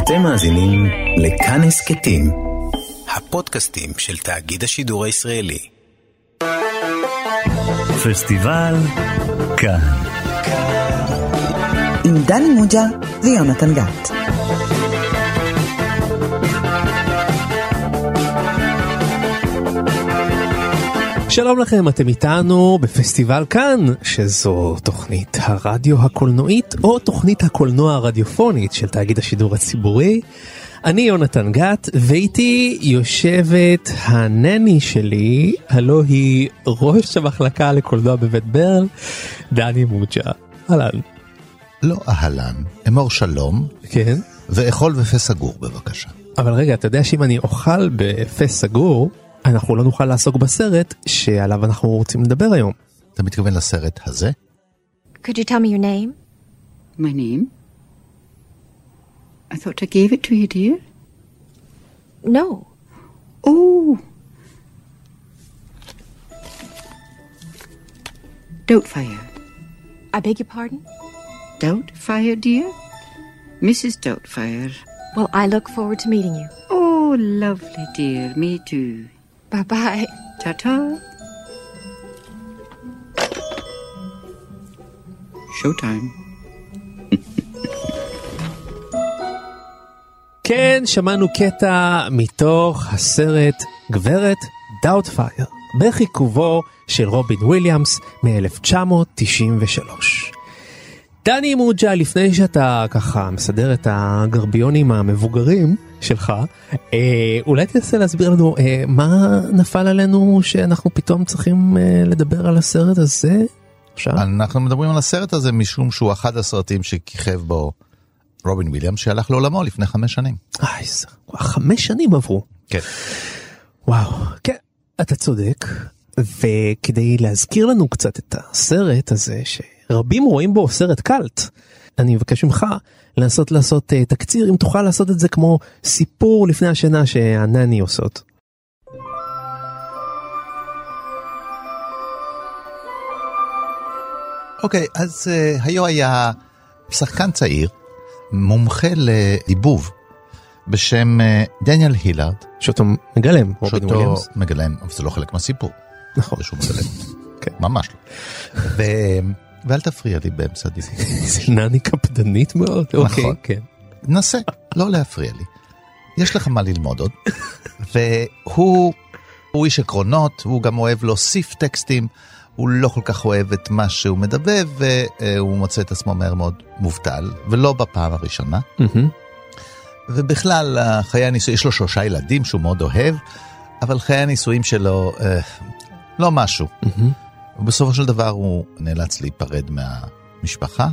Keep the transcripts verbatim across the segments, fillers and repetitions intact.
אתם מאזינים לכאן הסכתים, הפודקאסטים של תאגיד השידור הישראלי. פסטיבל כאן. עם דני מוג'ה ויונתן גת. שלום לכם, אתם איתנו בפסטיבל כאן, שזו תוכנית הרדיו הקולנועית או תוכנית הקולנוע הרדיופונית של תאגיד השידור הציבורי. אני יונתן גת, ואיתי יושבת הנני שלי, הלא היא ראש המחלקה לקולנוע בבית ברל, דני מוג'ה. אהלן. לא אהלן, אמור שלום. כן. ואכול ופה סגור בבקשה. אבל רגע, אתה יודע שאם אני אוכל בפה סגור, אנחנו לא נוכל לעסוק בסרט שעליו אנחנו רוצים לדבר היום. אתה מתכוון לסרט הזה? Could you tell me your name? My name? I thought I gave it to you, dear. No. Oh. Doubtfire. I beg your pardon? Doubtfire, dear? Missus Doubtfire. Well, I look forward to meeting you. Oh, lovely, dear. Me too. Bye-bye. Ta-ta. Showtime. כן, שמענו קטע מתוך הסרט גברת דאוטפייר, בחיכובו של רובין וויליאמס מ-אלף תשע מאות תשעים ושלוש. דני מוג'ה, לפני שאתה ככה מסדר את הגרביונים המבוגרים שלך, אה, אולי תנסה להסביר לנו אה, מה נפל עלינו שאנחנו פתאום צריכים אה, לדבר על הסרט הזה עכשיו? אנחנו מדברים על הסרט הזה משום שהוא אחד הסרטים שכיכב בו רובין וויליאמס, שהלך לעולמו לפני חמש שנים. איי, זה חמש שנים עברו. כן. וואו, כן, אתה צודק. וכדי להזכיר לנו קצת את הסרט הזה, שרבים רואים בו סרט קלט, אני מבקש ממך לנסות לעשות uh, תקציר, אם תוכל לעשות את זה כמו סיפור לפני השינה שהנני עושות. אוקיי, okay, אז uh, היו היה שחקן צעיר, מומחה לדיבוב, בשם uh, דניאל הילארד. שאותו מגלם, רובין שאותו וויליאמס. מגלם, אבל זה לא חלק מהסיפור. נכון. זה שהוא מגלם. כן, ממש לא. ו... ואל תפריע לי באמצע דיבור. זה נני קפדנית מאוד. נכון. כן. נסה, לא להפריע לי. יש לך מה ללמוד עוד. והוא הוא איש עקרונות, הוא גם אוהב להוסיף טקסטים, הוא לא כל כך אוהב את מה שהוא מדבב, והוא מוצא את עצמו מהר מאוד מובטל, ולא בפעם הראשונה. ובכלל, חיי הניסויים, יש לו שלושה ילדים שהוא מאוד אוהב, אבל חיי הניסויים שלו אה, לא משהו. ובסופו של דבר הוא נאלץ להיפרד מהמשפחה,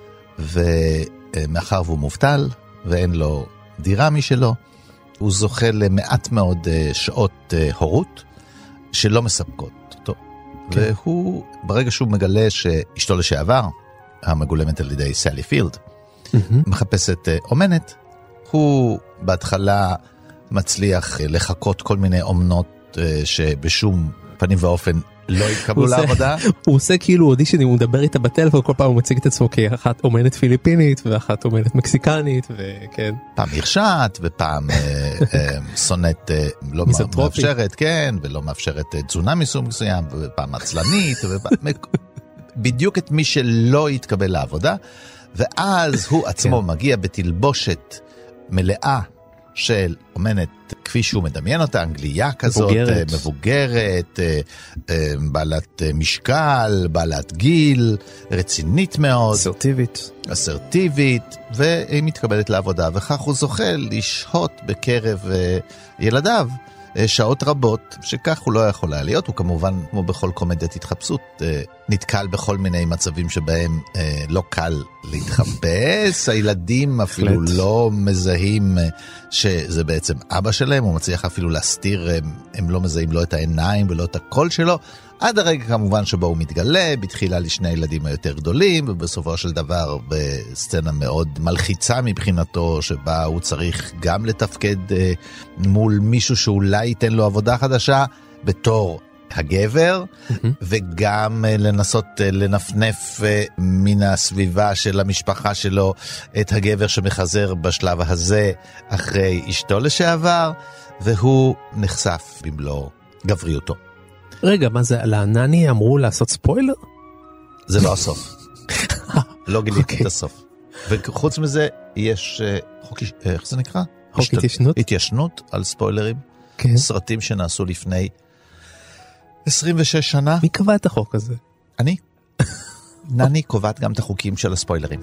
ומאחר והוא מובטל, ואין לו דירה משלו, הוא זוכה למעט מאוד שעות הורות, שלא מספקות אותו. כן. והוא, ברגע שהוא מגלה שאשתו לשעבר, המגולמת על ידי סלי פילד, מחפשת אומנת, הוא בהתחלה מצליח לחכות כל מיני אומנות שבשום פנים ואופן לא התקבלו לעבודה. הוא עושה כאילו אודישנים, הוא מדבר איתה בטלפון, כל פעם הוא מציג את עצמו כאחת אומנת פיליפינית ואחת אומנת מקסיקנית, וכן. פעם הרשעת ופעם סונט לא מאפשרת, כן, ולא מאפשרת תזונה מסוג מסוים, ופעם עצלנית, בדיוק את מי שלא יתקבל לעבודה, ואז הוא עצמו מגיע בתלבושת מלאה של אומנת כפי שהוא מדמיין אותה, אנגליה כזאת, מבוגרת, מבוגרת בעלת משקל, בעלת גיל, רצינית מאוד, אסרטיבית, אסרטיבית, והיא מתקבלת לעבודה, וכך הוא זוכה לשהות בקרב ילדיו שעות רבות, שכך הוא לא יכול להיות. הוא כמובן, כמו בכל קומדיית התחפשות, נתקל בכל מיני מצבים שבהם לא קל להתחפש. הילדים אפילו לא מזהים שזה בעצם אבא שלהם, הוא מצליח אפילו להסתיר, הם לא מזהים לא את העיניים ולא את הקול שלו, עד הרגע כמובן שבו הוא מתגלה, בתחילה לשני הילדים היותר גדולים, ובסופו של דבר בסצנה מאוד מלחיצה מבחינתו, שבה הוא צריך גם לתפקד מול מישהו שאולי ייתן לו עבודה חדשה, בתור הגבר, וגם לנסות לנפנף מן הסביבה של המשפחה שלו את הגבר שמחזר בשלב הזה אחרי אשתו לשעבר, והוא נחשף במלוא גבריותו. רגע, מה זה, לענני אמרו לעשות ספוילר? זה לא הסוף. לא גיליתי את הסוף. וחוץ מזה, יש חוק, איך זה נקרא? חוק התיישנות? התיישנות על ספוילרים. כן. סרטים שנעשו לפני עשרים ושש שנה. מי קבע את החוק הזה? אני. נני קובעת גם את החוקים של הספוילרים.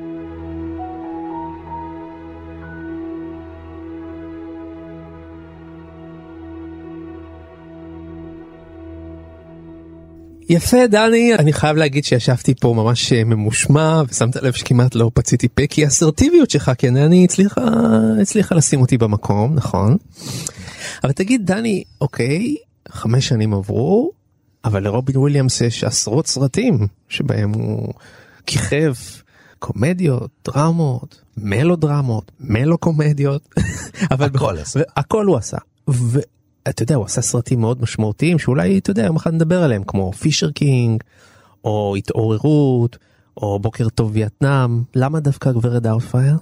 יפה דני, אני חייב להגיד שישבתי פה ממש ממושמע ושמת לב שכמעט לא פציתי פה, כי האסרטיביות שלך, כי אני הצליחה, הצליחה לשים אותי במקום, נכון? אבל תגיד דני, אוקיי, חמש שנים עברו, אבל לרובין וויליאמס יש עשרות סרטים שבהם הוא כיכב קומדיות, דרמות, מלודרמות, מלו-קומדיות. אבל הכל עשה. הכל הוא עשה. ואתה יודע, הוא עשה סרטים מאוד משמעותיים, שאולי, אתה יודע, יום אחד נדבר עליהם, כמו פישר קינג, או התעוררות, או בוקר טוב וייטנאם. למה דווקא גברת דאוטפייר?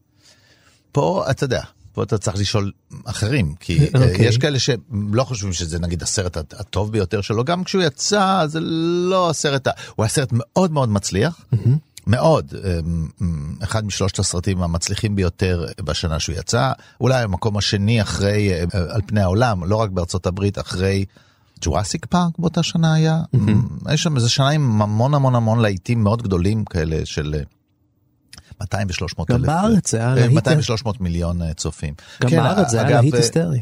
פה, אתה יודע, פה אתה צריך לשאול אחרים, כי okay. יש כאלה שלא חושבים שזה נגיד הסרט הטוב ביותר שלו, גם כשהוא יצא, זה לא הסרט, הוא היה סרט מאוד מאוד מצליח, mm-hmm. מאוד, אחד משלושת הסרטים המצליחים ביותר בשנה שהוא יצא, אולי המקום השני אחרי, על פני העולם, לא רק בארצות הברית, אחרי ג'ורסיק פארק באותה שנה היה, mm-hmm. יש שם איזה שנה עם המון המון המון להיטים מאוד גדולים כאלה של מאתיים ושלוש מאות אלף. גם בארץ זה היה להיט. מאתיים ושלוש מאות מיליון צופים. גם כן, בארץ זה היה להיט היסטרי.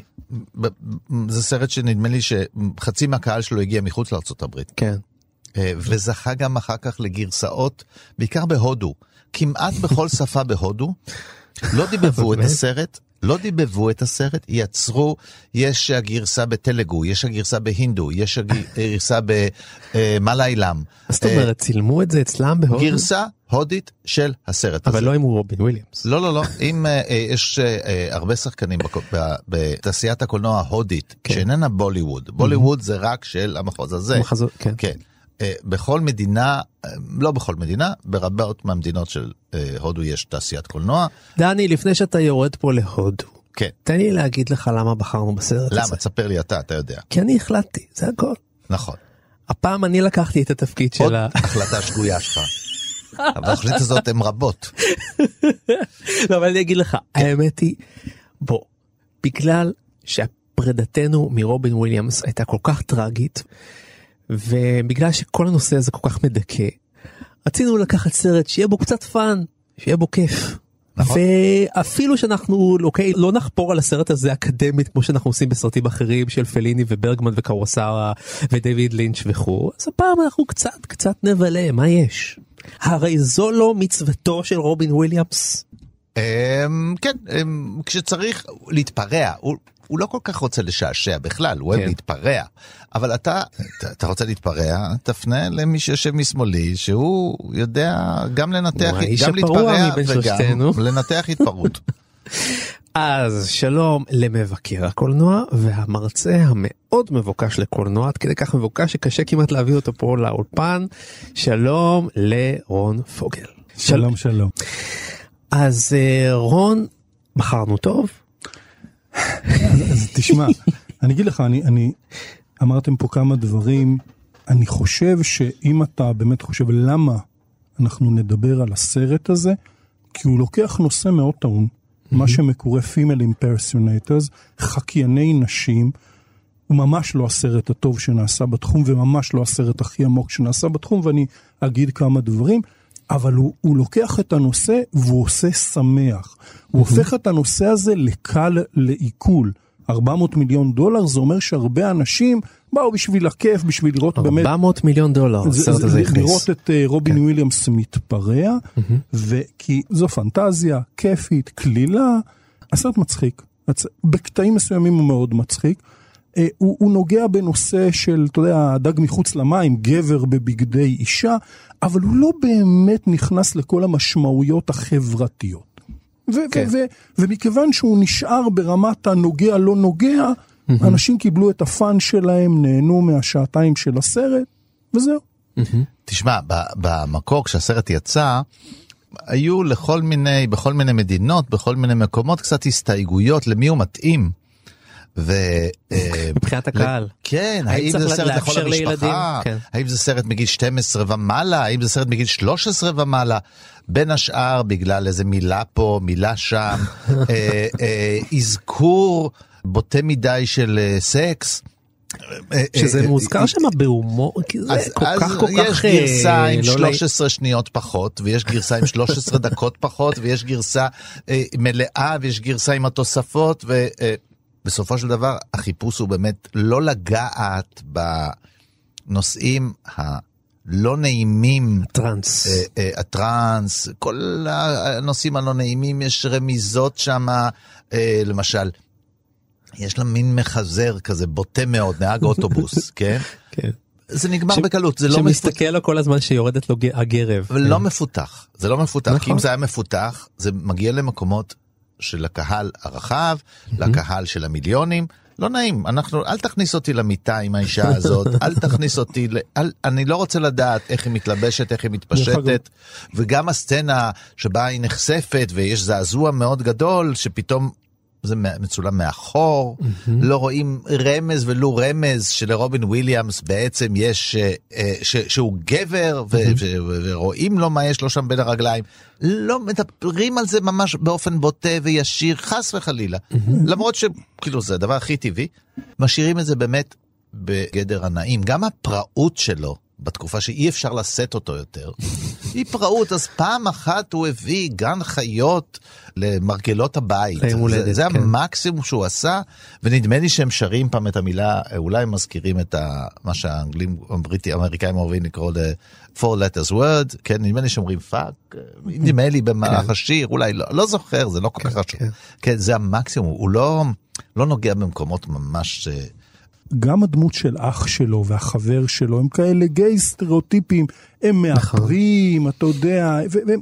זה סרט שנדמה לי שחצי מהקהל שלו הגיע מחוץ לארצות הברית. כן. וזכה גם אחר כך לגרסאות, בעיקר בהודו. כמעט בכל שפה בהודו. לא דיבבו את הסרט, לא דיבבו את הסרט, יצרו, יש הגרסה בטלגו, יש הגרסה בהינדו, יש הגרסה במלאילם. אז זאת אומרת, צילמו את זה אצלם בהודו? גרסה הודית של הסרט הזה. אבל לא עם רובין וויליאמס. לא, לא, לא. אם יש הרבה שחקנים בתעשיית הקולנוע ההודית, שאיננה בוליווד. בוליווד זה רק של המחוז הזה. כן. כן. בכל מדינה, לא בכל מדינה, ברבות מהמדינות של הודו יש תעשיית קולנוע. דני, לפני שאתה יורד פה להודו, כן. תן לי להגיד לך למה בחרנו בסרט הזה. למה? תספר לי אתה, אתה יודע. כי אני החלטתי, זה הכל. נכון. הפעם אני לקחתי את התפקיד עוד שלה. עוד החלטה שגויה שלך. אבל ההחלטה הזאת הן רבות. לא, אבל אני אגיד לך, האמת היא, בוא, בגלל שהפרדתנו מרובין וויליאמס הייתה כל כך טרגית, ובגלל שכל הנושא הזה כל כך מדכא, רצינו לקחת סרט שיהיה בו קצת פאן, שיהיה בו כיף. נכון. ואפילו שאנחנו, אוקיי, לא נחפור על הסרט הזה אקדמית, כמו שאנחנו עושים בסרטים אחרים של פליני וברגמן וקוואסרה ודייוויד לינץ' וכו', אז הפעם אנחנו קצת, קצת נבלה, מה יש? הרי זו לא מצוותו של רובין וויליאמס? כן, כשצריך להתפרע, הוא... הוא לא כל כך רוצה לשעשע בכלל, הוא אוהב להתפרע. אבל אתה, אתה רוצה להתפרע, תפנה למי שיושב משמאלי, שהוא יודע גם לנתח, גם להתפרע וגם לנתח התפרעות. אז שלום למבקר הקולנוע, והמרצה המאוד מבוקש לקולנוע, עד כדי כך מבוקש שקשה כמעט להביא אותו פה לאולפן. שלום לרון פוגל. שלום, שלום. אז רון, בחרנו טוב? אז תשמע, אני אגיד לך, אני, אני, אמרתם פה כמה דברים, אני חושב שאם אתה באמת חושב למה אנחנו נדבר על הסרט הזה, כי הוא לוקח נושא מאוד טעון, mm-hmm. מה שמקורא female impersonators, חקייני נשים, הוא ממש לא הסרט הטוב שנעשה בתחום, וממש לא הסרט הכי עמוק שנעשה בתחום, ואני אגיד כמה דברים, אבל הוא, הוא לוקח את הנושא והוא עושה שמח. הוא הופך את הנושא הזה לקל לעיכול. ארבע מאות מיליון דולר, זה אומר שהרבה אנשים באו בשביל הכיף, בשביל לראות באמת... ארבע מאות מיליון דולר, הסרט הזה הכניס. לראות את רובין וויליאמס מתפרע, וכי זו פנטזיה, כיפית, כלילה. הסרט מצחיק. בקטעים מסוימים הוא מאוד מצחיק. הוא, הוא נוגע בנושא של, אתה יודע, דג מחוץ למים, גבר בבגדי אישה, אבל הוא לא באמת נכנס לכל המשמעויות החברתיות. ו- כן. ו- ו- ומכיוון שהוא נשאר ברמת הנוגע לא נוגע, אנשים קיבלו את הפאן שלהם, נהנו מהשעתיים של הסרט, וזהו. תשמע, במקור כשהסרט יצא, היו לכל מיני, בכל מיני מדינות, בכל מיני מקומות, קצת הסתייגויות למי הוא מתאים. מבחינת הקהל. כן, האם זה סרט לכל המשפחה? האם זה סרט מגיל שתים עשרה ומעלה? האם זה סרט מגיל שלוש עשרה ומעלה? בין השאר, בגלל איזה מילה פה, מילה שם, אזכור בוטה מדי של סקס. שזה מוזכר שם בהומור, כי זה כל כך כל כך... יש גרסה עם שלוש עשרה שניות פחות, ויש גרסה עם שלוש עשרה דקות פחות, ויש גרסה מלאה, ויש גרסה עם התוספות, ובסופו של דבר החיפוש הוא באמת לא לגעת בנושאים הלא נעימים. הטרנס. הטרנס, כל הנושאים הלא נעימים, יש רמיזות שם, למשל, יש לה מין מחזר כזה בוטה מאוד, נהג אוטובוס, כן? כן. זה נגמר בקלות, זה לא מפותח. שמסתכל לו כל הזמן שיורדת לו הגרב. ולא מפותח, זה לא מפותח, כי אם זה היה מפותח, זה מגיע למקומות של הקהל הרחב, לקהל של המיליונים, לא נעים, אנחנו, אל תכניס אותי למיטה עם האישה הזאת, אל תכניס אותי, אל, אני לא רוצה לדעת איך היא מתלבשת, איך היא מתפשטת, וגם הסצנה שבה היא נחשפת, ויש זעזוע מאוד גדול, שפתאום זה מצולם מאחור, mm-hmm. לא רואים רמז ולא רמז שלרובין וויליאמס בעצם יש, ש, שהוא גבר, mm-hmm. ו, ו, ו, ורואים לו מה יש לו שם בין הרגליים, לא מדברים על זה ממש באופן בוטה וישיר, חס וחלילה, mm-hmm. למרות שכאילו זה הדבר הכי טבעי, משאירים את זה באמת בגדר הנעים, גם הפראות שלו, בתקופה שאי אפשר לשאת אותו יותר, היא פראות, אז פעם אחת הוא הביא גן חיות למרגלות הבית. זה, זה כן. המקסימום שהוא עשה, ונדמה לי שהם שרים פעם את המילה, אולי הם מזכירים את ה, מה שהאנגלים, הבריטים, האמריקאים אוהבים לקרוא ל- four letters word, כן, נדמה לי שאומרים פאק, נדמה לי במהלך כן. השיר, אולי לא, לא זוכר, זה לא כל כך חשוב. כן. כן, זה המקסימום, הוא לא, לא נוגע במקומות ממש... גם הדמות של אח שלו והחבר שלו, הם כאלה גיי סטריאוטיפים, הם מאפרים, אתה יודע,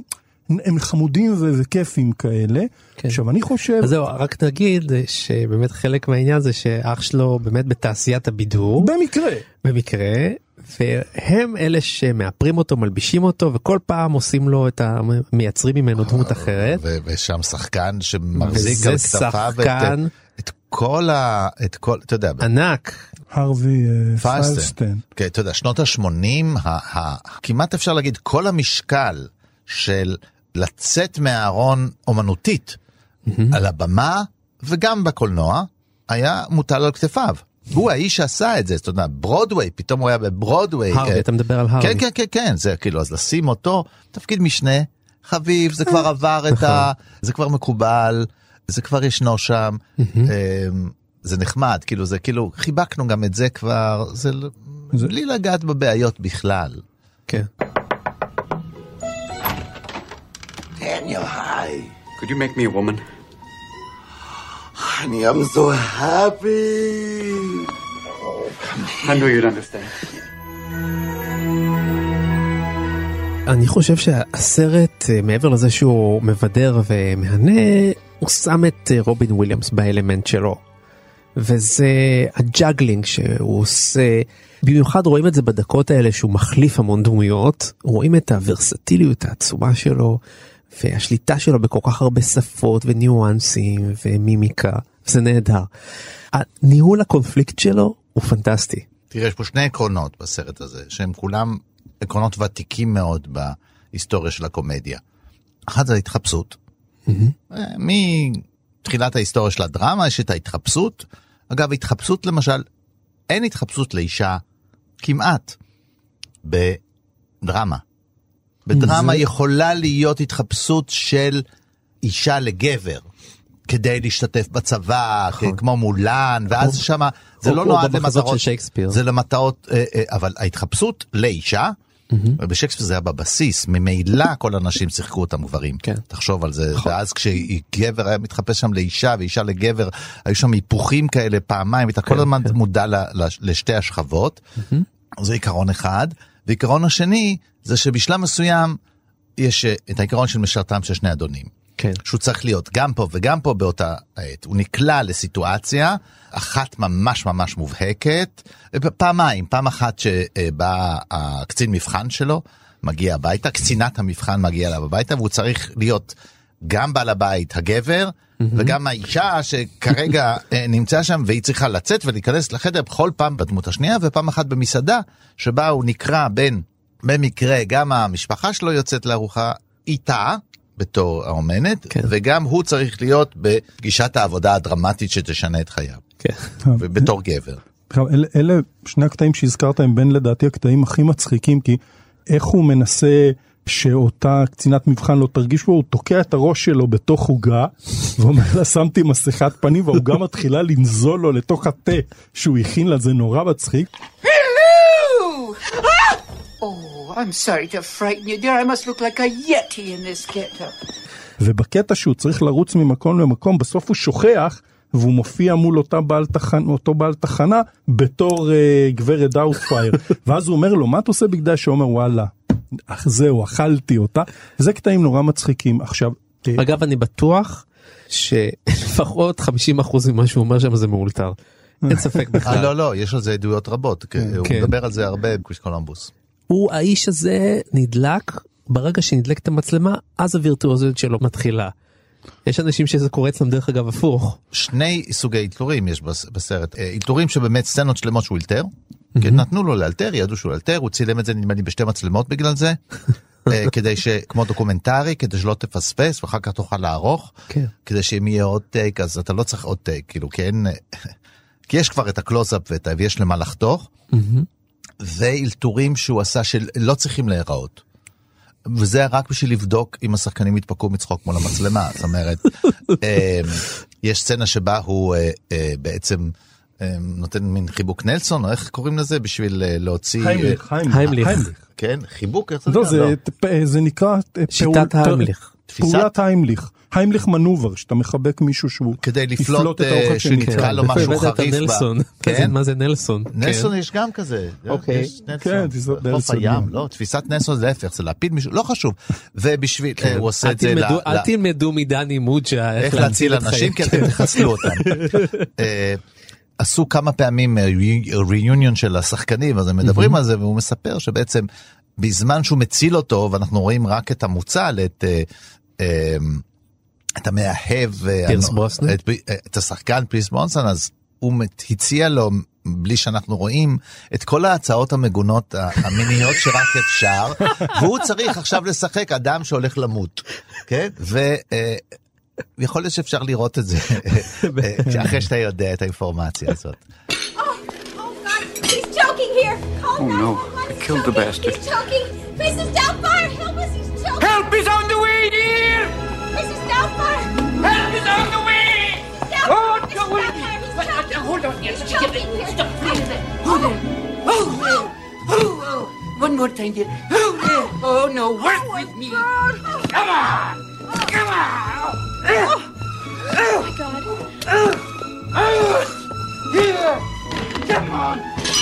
הם חמודים וכיפים כאלה. עכשיו, אני חושב... אז זהו, רק נגיד שבאמת חלק מהעניין זה שאח שלו באמת בתעשיית הבידור. במקרה. במקרה, והם אלה שמאפרים אותו, מלבישים אותו, וכל פעם עושים לו את ה... מייצרים ממנו דמות אחרת. ושם שחקן שמחזיק על כתפיו את כל ה... את כל, אתה יודע... ענק. הרווי פיילסטיין. כן, אתה יודע, שנות ה-שמונים, כמעט אפשר להגיד, כל המשקל של לצאת מהארון אומנותית על הבמה, וגם בקולנוע, היה מוטל על כתפיו. הוא האיש שעשה את זה, זאת אומרת, ברודווי, פתאום הוא היה בברודווי. הרווי, אתה מדבר על הרווי. כן, כן, כן, כן, זה כאילו, אז לשים אותו, תפקיד משנה, חביב, זה כבר עבר את ה... זה כבר מקובל, זה כבר ישנו שם, זה נחמד, כאילו, זה כאילו, חיבקנו גם את זה כבר, זה בלי לגעת בבעיות בכלל. כן. Daniel, hi. Could you make me a woman? Honey, I'm so happy. Oh, come here. I knew you'd understand. אני חושב שהסרט, מעבר לזה שהוא מבדר ומהנה, הוא שם את רובין וויליאמס באלמנט שלו. וזה הג'אגלינג שהוא עושה, במיוחד רואים את זה בדקות האלה שהוא מחליף המון דמויות, רואים את הוורסטיליות העצומה שלו, והשליטה שלו בכל כך הרבה שפות וניואנסים ומימיקה, זה נהדר. הניהול הקונפליקט שלו הוא פנטסטי. תראה, יש פה שני עקרונות בסרט הזה, שהם כולם עקרונות ותיקים מאוד בהיסטוריה של הקומדיה. אחד זה ההתחפשות. Mm-hmm. מתחילת ההיסטוריה של הדרמה יש את ההתחפשות. אגב, התחפשות למשל, אין התחפשות לאישה כמעט בדרמה. בדרמה זה... יכולה להיות התחפשות של אישה לגבר, כדי להשתתף בצבא, כמו מולן, ואז שמה, זה לא נועד למטרות, זה למטרות, אבל ההתחפשות לאישה, ובשייקספיר זה היה בבסיס, ממילא כל אנשים שיחקו אותם גברים, תחשוב על זה, ואז כשגבר היה מתחפש שם לאישה, ואישה לגבר, היו שם היפוכים כאלה פעמיים, ואתה כל הזמן מודע לשתי השכבות, זה עיקרון אחד, ועיקרון השני, זה שבשלב מסוים, יש את העיקרון של משרתם של שני אדונים. כן. שהוא צריך להיות גם פה וגם פה באותה עת. הוא נקלע לסיטואציה, אחת ממש ממש מובהקת, פעמיים, פעם אחת שבה הקצין מבחן שלו מגיע הביתה, קצינת המבחן מגיע אליו הביתה, והוא צריך להיות גם בעל הבית הגבר, mm-hmm. וגם האישה שכרגע נמצאה שם, והיא צריכה לצאת ולהיכנס לחדר בכל פעם בדמות השנייה, ופעם אחת במסעדה, שבה הוא נקרא בין, במקרה, גם המשפחה שלו יוצאת לארוחה איתה, בתור האומנת, כן. וגם הוא צריך להיות בפגישת העבודה הדרמטית שתשנה את חייו. כן. ובתור גבר. אלה, אלה שני הקטעים שהזכרת הם בין לדעתי הקטעים הכי מצחיקים, כי איך הוא מנסה שאותה קצינת מבחן לא תרגיש בו, הוא תוקע את הראש שלו בתוך חוגה, ואומר לה, שמתי מסכת פנים, והוא גם מתחילה לנזול לו לתוך התה שהוא הכין לה, זה נורא מצחיק. Hello! Oh, I'm sorry to frighten you, dear. I must look like a yeti in this get-up. ובקטע שהוא צריך לרוץ ממקום למקום, בסוף הוא שוכח, והוא מופיע מול אותה בעל תחנה, אותו בעל תחנה, בתור uh, גברת דאוטפייר. ואז הוא אומר לו, מה אתה עושה בגלל שאומר, וואלה, אך זהו, אכלתי אותה. וזה קטעים נורא מצחיקים. עכשיו... אגב, אני בטוח שלפחות חמישים אחוז ממה שהוא אומר שם זה מאולתר. אין ספק בכלל. לא, לא, יש על זה עדויות רבות. הוא מדבר על זה הרבה בקריס קולומבוס. הוא, האיש הזה נדלק, ברגע שנדלק את המצלמה, אז הווירטואוזיות שלו מתחילה. יש אנשים שזה קורה אצלם דרך אגב הפוך. שני סוגי אילתורים יש בסרט. אילתורים שבאמת סצנות שלמות שהוא אילתר, כי נתנו לו לאלתר, ידעו שהוא אלתר, הוא צילם את זה נדמה לי בשתי מצלמות בגלל זה, כדי שכמו דוקומנטרי, כדי שלא תפספס, ואחר כך תוכל לערוך, כדי שאם יהיה עוד טייק, אז אתה לא צריך עוד טייק, כאילו, כי יש כבר את הקלוזאפ ויש למה לחתוך, ואילתורים שהוא עשה שלא צריכים להיראות. וזה רק בשביל לבדוק אם השחקנים יתפקו מצחוק מול המצלמה. זאת אומרת, יש סצנה שבה הוא בעצם נותן מין חיבוק נלסון, או איך קוראים לזה? בשביל להוציא... היימליך. היימליך. כן, חיבוק? לא, זה נקרא... שיטת היימליך. פעולת היימליך. היימליך מנובר, שאתה מחבק מישהו שהוא... כדי לפלוט שנתקע לו משהו חריף בה. מה זה נלסון? נלסון יש גם כזה. אוקיי. חוף הים, לא, תפיסת נלסון זה להפך, זה להפיל מישהו, לא חשוב. ובשביל, הוא עושה את זה... אל תלמדו מדני מוג'ה איך להציל אנשים, כי אתם תחסלו אותם. עשו כמה פעמים ריוניון של השחקנים, אז הם מדברים על זה, והוא מספר שבעצם בזמן שהוא מציל אותו, ואנחנו רואים רק את המוצל, את... את המאהב, את, את השחקן פירס ברונסון, אז הוא הציע לו, בלי שאנחנו רואים, את כל ההצעות המגונות המיניות שרק אפשר, והוא צריך עכשיו לשחק אדם שהולך למות, כן? ויכול להיות שאפשר לראות את זה, אחרי שאתה יודע את האינפורמציה הזאת. Oh, oh God, he's choking here. Oh no, I killed the bastard. He's choking. Missus Doubtfire, help us, he's choking. Help is on the way, dear! Missus Doubtfire. Help is on the way! Doubtfire, Oh, Missus go away! Doubtfire, he's But, choking. uh, hold on, yes, He's get choking it. here. Stop, please. Hold on. Oh, oh, oh, oh. One more time, dear. Oh, oh, oh no, work with me. Come on! Come on! Oh my God. Oh, here! Come on!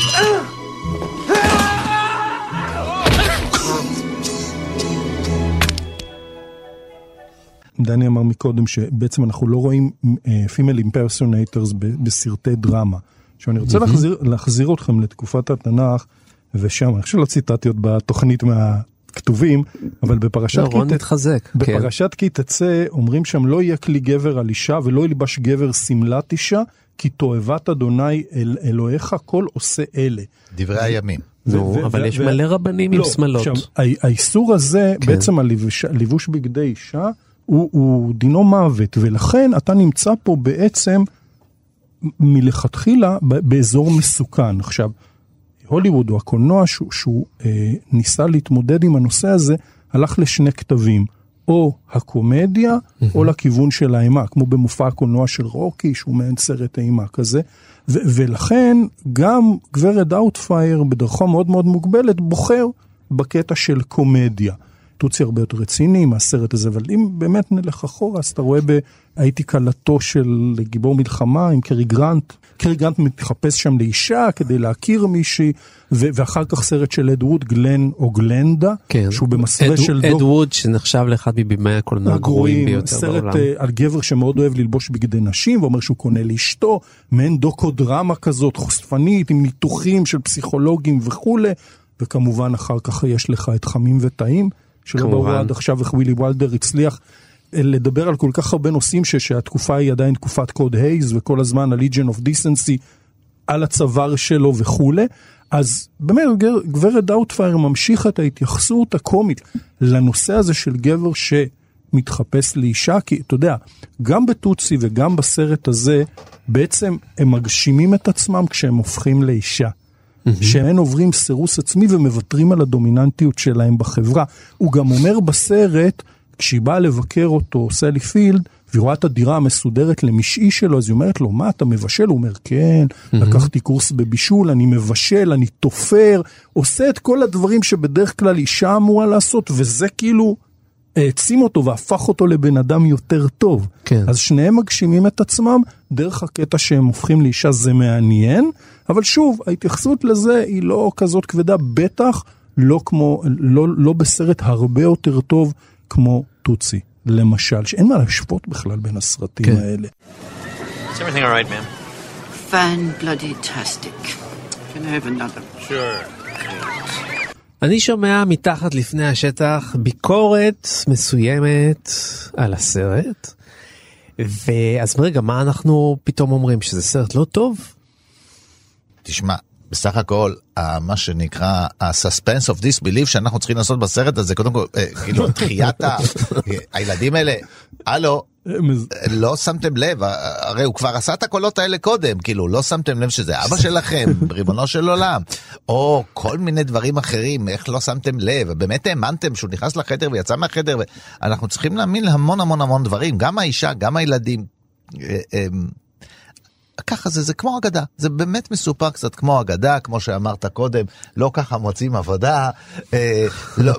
דני אמר מקודם שבעצם אנחנו לא רואים פימל אימפרסונטורס בסרטי דרמה. עכשיו אני רוצה להחזיר, להחזיר אתכם לתקופת התנ"ך, ושם, אני חושב שלא ציטטתי עוד בתוכנית מהכתובים, אבל בפרשת בפרשת כי תצא, אומרים שם לא יהיה כלי גבר על אישה, ולא ילבש גבר סמלת אישה, כי תועבת אדוני אל אלוהיך כל עושה אלה. דברי הימים. אבל יש מלא רבנים עם שמלות. האיסור הזה, בעצם הלבוש בגדי אישה, הוא דינו מוות, ולכן אתה נמצא פה בעצם מלכתחילה באזור מסוכן. עכשיו, הוליווד הוא הקולנוע שהוא, שהוא אה, ניסה להתמודד עם הנושא הזה, הלך לשני כתבים, או הקומדיה, mm-hmm. או לכיוון של האימה, כמו במופע הקולנוע של רוקי, שהוא מעין סרט האימה כזה, ו- ולכן גם גברת דאוטפייר, בדרכו מאוד מאוד מוגבלת, בוחר בקטע של קומדיה. טוצי הרבה יותר רציני מהסרט הזה, אבל אם באמת נלך אחורה, אז אתה רואה בהייתי קלתו של גיבור מלחמה עם קרי גרנט, קרי גרנט מתחפש שם לאישה כדי להכיר מישהי, ו- ואחר כך סרט של אד ווד, גלן או גלנדה, כן. שהוא במסווה אד, של אד דוק. ווד שנחשב לאחד מבימי הקולנוע הגרועים ביותר סרט בעולם. סרט על גבר שמאוד אוהב ללבוש בגדי נשים, ואומר שהוא קונה לאשתו, מעין דוקו-דרמה כזאת, חושפנית, עם ניתוחים של פסיכולוגים וכו', וכמובן אחר כך יש לך את חמים וטעים, שלא ברור עד עכשיו איך ווילי וולדר הצליח לדבר על כל כך הרבה נושאים ש- שהתקופה היא עדיין תקופת קוד הייז, וכל הזמן ה-Legion of Decency על הצוואר שלו וכו'. אז באמת גברת דאוטפייר ממשיך את ההתייחסות הקומית לנושא הזה של גבר שמתחפש לאישה, כי אתה יודע, גם בטוצי וגם בסרט הזה, בעצם הם מגשימים את עצמם כשהם הופכים לאישה. שהם עוברים סירוס עצמי ומוותרים על הדומיננטיות שלהם בחברה. הוא גם אומר בסרט, כשהיא באה לבקר אותו, סלי פילד, והיא רואה את הדירה המסודרת למשעי שלו, אז היא אומרת לו, מה אתה מבשל? הוא אומר, כן, לקחתי קורס בבישול, אני מבשל, אני תופר, עושה את כל הדברים שבדרך כלל אישה אמורה לעשות, וזה כאילו העצים אותו והפך אותו לבן אדם יותר טוב. כן. אז שניהם מגשימים את עצמם, דרך הקטע שהם הופכים לאישה זה מעניין, אבל שוב, ההתייחסות לזה היא לא כזאת כבדה, בטח לא כמו, לא, לא בסרט הרבה יותר טוב כמו טוצי, למשל, שאין מה להשוות בכלל בין הסרטים כן. האלה. Is everything all right, ma'am? Fan-bloody-tastic. Can I have another? Sure. אני שומע מתחת לפני השטח ביקורת מסוימת על הסרט, ואז רגע, מה אנחנו פתאום אומרים? שזה סרט לא טוב? תשמע, בסך הכל, מה שנקרא ה-suspense of disbelief שאנחנו צריכים לעשות בסרט הזה, קודם כל, כאילו, תחיית הילדים האלה, הלו, לא שמתם לב, הרי הוא כבר עשה את הקולות האלה קודם, כאילו, לא שמתם לב שזה אבא שלכם, ריבונו של עולם, או כל מיני דברים אחרים, איך לא שמתם לב, באמת האמנתם שהוא נכנס לחדר ויצא מהחדר, ואנחנו צריכים להאמין להמון המון המון דברים, גם האישה, גם הילדים, ככה זה, זה כמו אגדה, זה באמת מסופר קצת כמו אגדה, כמו שאמרת קודם, לא ככה מוצאים עבודה, אה, לא,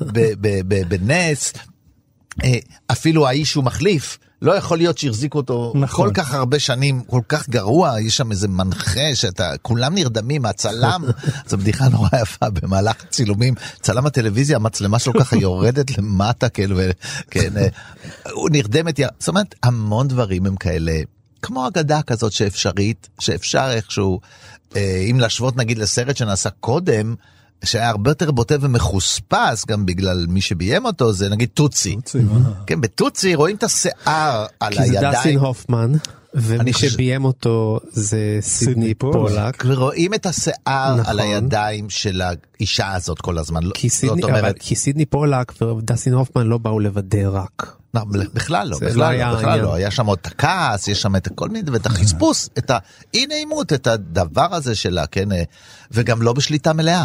בנס, אה, אפילו האיש הוא מחליף, לא יכול להיות שהחזיק אותו נכון. כל כך הרבה שנים, כל כך גרוע, יש שם איזה מנחה שאתה, כולם נרדמים, הצלם, זו בדיחה נורא יפה, במהלך צילומים, צלם הטלוויזיה, המצלמה שלו ככה יורדת למטה, כן, וכן, הוא נרדמת, זאת אומרת, המון דברים הם כאלה, כמו אגדה כזאת שאפשרית, שאפשר איכשהו, אה, אם להשוות נגיד לסרט שנעשה קודם, שהיה הרבה יותר בוטה ומחוספס, גם בגלל מי שביים אותו, זה נגיד טוצי. טוצי, כן, בטוצי רואים את השיער על הידיים. כי זה דסטין הופמן, ומי שביים אותו זה סידני פולק. ורואים את השיער על הידיים של האישה הזאת כל הזמן. כי סידני פולק ודסטין הופמן לא באו לבדר רק. בכלל לא, בכלל לא, בכלל לא. היה שם עוד את הכעס, יש שם את כל מיני, ואת החספוס, את האי נעימות, את הדבר הזה שלה, כן, וגם לא בשליטה מלאה.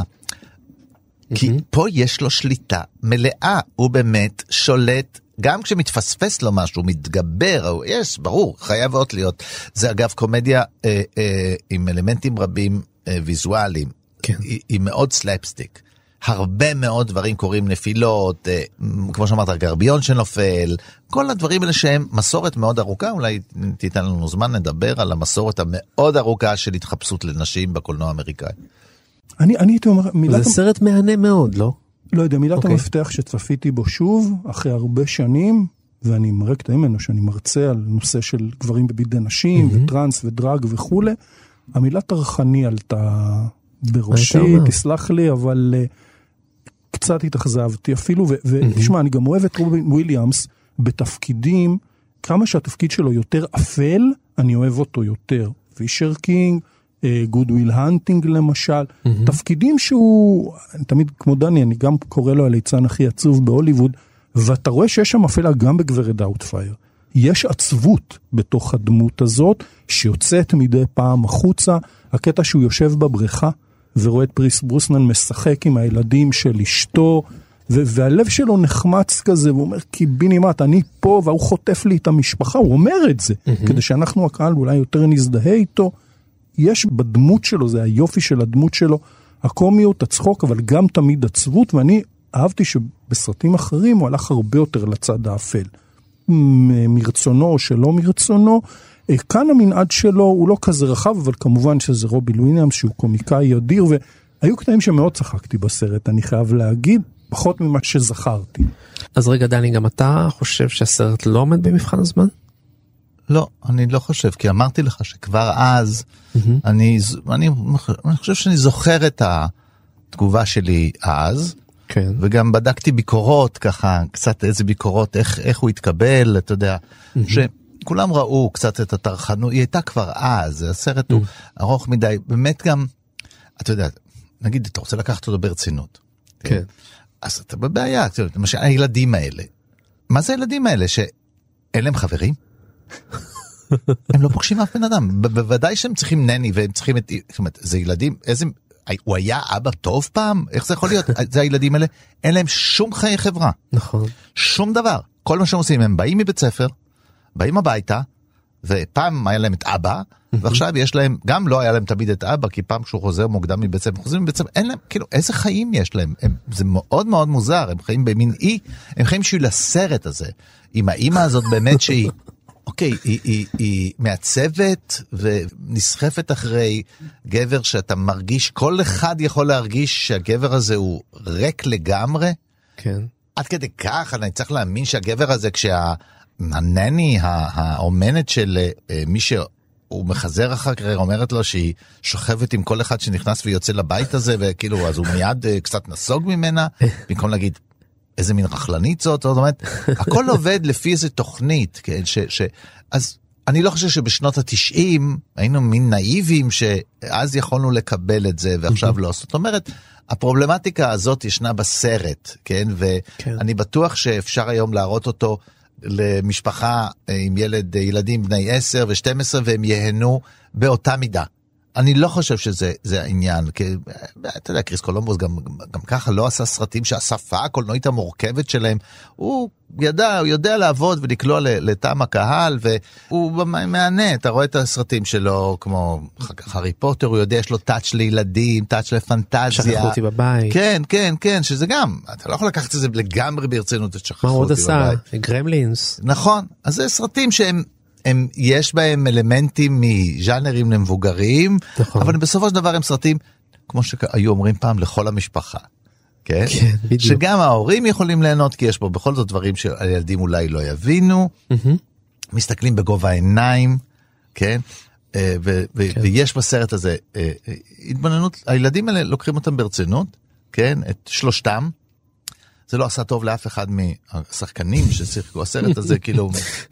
כי פה יש לו שליטה מלאה, הוא באמת שולט, גם כשמתפספס לו משהו, מתגבר, יש, ברור, חייב עוד להיות. זה אגב קומדיה אה, אה, עם אלמנטים רבים אה, ויזואליים, כן. היא, היא מאוד סלאפסטיק. הרבה מאוד דברים קורים, נפילות, אה, כמו שאמרת, הגרביון שנופל, כל הדברים האלה שהם מסורת מאוד ארוכה, אולי תיתן לנו זמן לדבר על המסורת המאוד ארוכה של התחפשות לנשים בקולנוע האמריקאי. אני, אני הייתי אומר, זה סרט מהנה מאוד, לא? לא יודע, מילת okay. המפתח שצפיתי בו שוב, אחרי הרבה שנים, ואני מראה קטעים ממנו שאני מרצה על נושא של גברים בבידי נשים, mm-hmm. וטרנס ודרג וכו'. המילה טרחני עלתה בראשי, תסלח לי, אבל uh, קצת התאכזבתי אפילו, ותשמע, mm-hmm. אני גם אוהב את רובין וויליאמס בתפקידים, כמה שהתפקיד שלו יותר אפל, אני אוהב אותו יותר. פישר קינג, גוד וויל הנטינג למשל, mm-hmm. תפקידים שהוא, תמיד כמו דני, אני גם קורא לו הליצן הכי עצוב בהוליווד, ואתה רואה שיש שם אפלה גם בגברת דאוטפייר. יש עצבות בתוך הדמות הזאת, שיוצאת מדי פעם החוצה, הקטע שהוא יושב בבריכה, ורואה את פריס ברוסנן משחק עם הילדים של אשתו, והלב שלו נחמץ כזה, והוא אומר, קיבינימט, אני פה, והוא חוטף לי את המשפחה, הוא אומר את זה, mm-hmm. כדי שאנחנו הקהל אולי יותר נזדהה איתו, יש בדמות שלו, זה היופי של הדמות שלו, הקומיות, הצחוק, אבל גם תמיד עצבות, ואני אהבתי שבסרטים אחרים הוא הלך הרבה יותר לצד האפל. מרצונו או שלא מרצונו. כאן המנעד שלו הוא לא כזה רחב, אבל כמובן שזה רובין וויליאמס, שהוא קומיקאי אדיר, והיו קטעים שמאוד צחקתי בסרט, אני חייב להגיד, פחות ממה שזכרתי. אז רגע דני, גם אתה חושב שהסרט לא עומד במבחן הזמן? לא, אני לא חושב, כי אמרתי לך שכבר אז, אני, אני, אני חושב שאני זוכר את התגובה שלי אז, כן. וגם בדקתי ביקורות, ככה, קצת איזה ביקורות, איך, איך הוא התקבל, אתה יודע, שכולם ראו קצת את התרחנות, היא הייתה כבר אז, הסרט הוא ארוך מדי, באמת גם, אתה יודע, נגיד, אתה רוצה לקחת אותו ברצינות. כן. אז אתה בבעיה, למשל, הילדים האלה, מה זה הילדים האלה, שאין להם חברים? הם לא פוגשים אף בן אדם, בוודאי שהם צריכים נני, והם צריכים את, זאת אומרת, זה ילדים, איזה, הוא היה אבא טוב פעם? איך זה יכול להיות? זה הילדים האלה, אין להם שום חיי חברה. נכון. שום דבר. כל מה שהם עושים, הם באים מבית ספר, באים הביתה, ופעם היה להם את אבא, ועכשיו יש להם, גם לא היה להם תמיד את אבא, כי פעם כשהוא חוזר מוקדם מבית ספר, חוזרים מבית ספר, אין להם, כאילו, איזה חיים יש להם? הם, זה מאוד מאוד מוזר, הם חיים במין אי, הם חיים בשביל הסרט הזה, עם האמא הזאת באמת שהיא, אוקיי, היא, היא, היא מעצבת ונסחפת אחרי גבר שאתה מרגיש, כל אחד יכול להרגיש שהגבר הזה הוא ריק לגמרי. כן. עד כדי כך, אני צריך להאמין שהגבר הזה, כשהנני, האומנת של מי שהוא מחזר אחר כך, אומרת לו שהיא שוכבת עם כל אחד שנכנס ויוצא לבית הזה, וכאילו, אז הוא מיד קצת נסוג ממנה, במקום להגיד, איזה מין רכלנית זאת, זאת אומרת, הכל עובד לפי איזה תוכנית, כן, ש, ש, אז אני לא חושב שבשנות התשעים היינו מין נאיבים שאז יכולנו לקבל את זה ועכשיו לא. זאת אומרת, הפרובלמטיקה הזאת ישנה בסרט, כן, ואני בטוח שאפשר היום להראות אותו למשפחה עם ילד, ילדים בני עשר ושתים עשרה והם יהנו באותה מידה. אני לא חושב שזה זה העניין, כי אתה יודע, קריס קולומבוס גם, גם ככה לא עשה סרטים שהשפה הקולנועית המורכבת שלהם, הוא ידע, הוא יודע לעבוד ולקלוע לטעם הקהל, והוא מענה, אתה רואה את הסרטים שלו, כמו הארי פוטר, הוא יודע, יש לו טאץ' לילדים, טאץ' לפנטזיה. שכחו אותי בבית. כן, כן, כן, שזה גם, אתה לא יכול לקחת את זה לגמרי ברצינות, את שכחו אותי בבית. מה עוד עשה? גרמלינס. נכון, אז זה סרטים שהם, הם, יש בהם אלמנטים מז'אנרים למבוגרים, נכון. אבל בסופו של דבר הם סרטים, כמו שהיו אומרים פעם, לכל המשפחה. כן? כן, בדיוק. שגם ההורים יכולים ליהנות, כי יש פה בכל זאת דברים שהילדים אולי לא יבינו, Mm-hmm. מסתכלים בגובה העיניים, כן? ו- ו- כן. ויש בסרט הזה התבוננות, הילדים האלה לוקחים אותם ברצינות, כן? את שלושתם, זה לא עשה טוב לאף אחד מהשחקנים ששיחקו הסרט הזה, כאילו...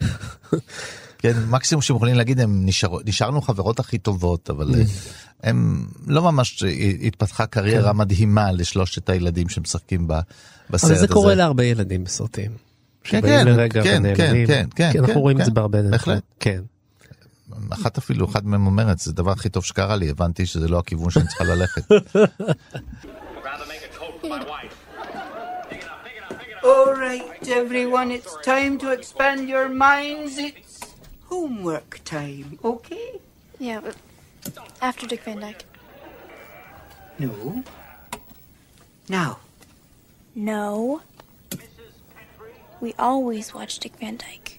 כן, מקסימום שהם יכולים להגיד, הם נשאר, נשארנו חברות הכי טובות, אבל הם לא ממש התפתחה קריירה מדהימה לשלושת הילדים שמשחקים בסרט הזה. אבל זה קורה להרבה ילדים בסרטים. כן, כן, כן, כן, כן, כן. אנחנו רואים את זה בהרבה. בהחלט. כן. אחת אפילו, אחד מהם אומרת, זה הדבר הכי טוב שקרה לי, הבנתי שזה לא הכיוון שאני צריכה ללכת. All right, everyone, it's time to expand your minds. It's homework time, okay? Yeah, but after Dick Van Dyke. No. Now. No. We always watch Dick Van Dyke.